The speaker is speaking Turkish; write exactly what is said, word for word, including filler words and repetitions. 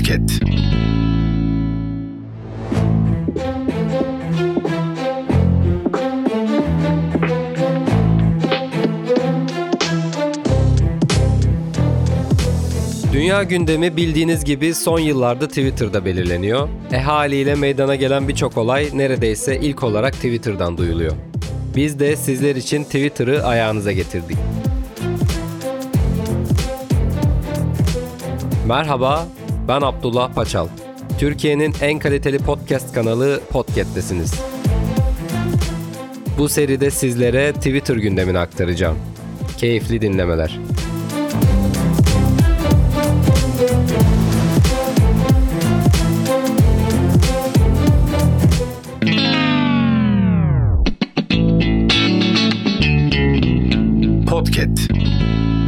Podcast. Dünya gündemi bildiğiniz gibi son yıllarda Twitter'da belirleniyor. E haliyle meydana gelen birçok olay neredeyse ilk olarak Twitter'dan duyuluyor. Biz de sizler için Twitter'ı ayağınıza getirdik. Merhaba, ben Abdullah Paçal. Türkiye'nin en kaliteli podcast kanalı Podcast'tesiniz. Bu seride sizlere Twitter gündemini aktaracağım. Keyifli dinlemeler. Podcast.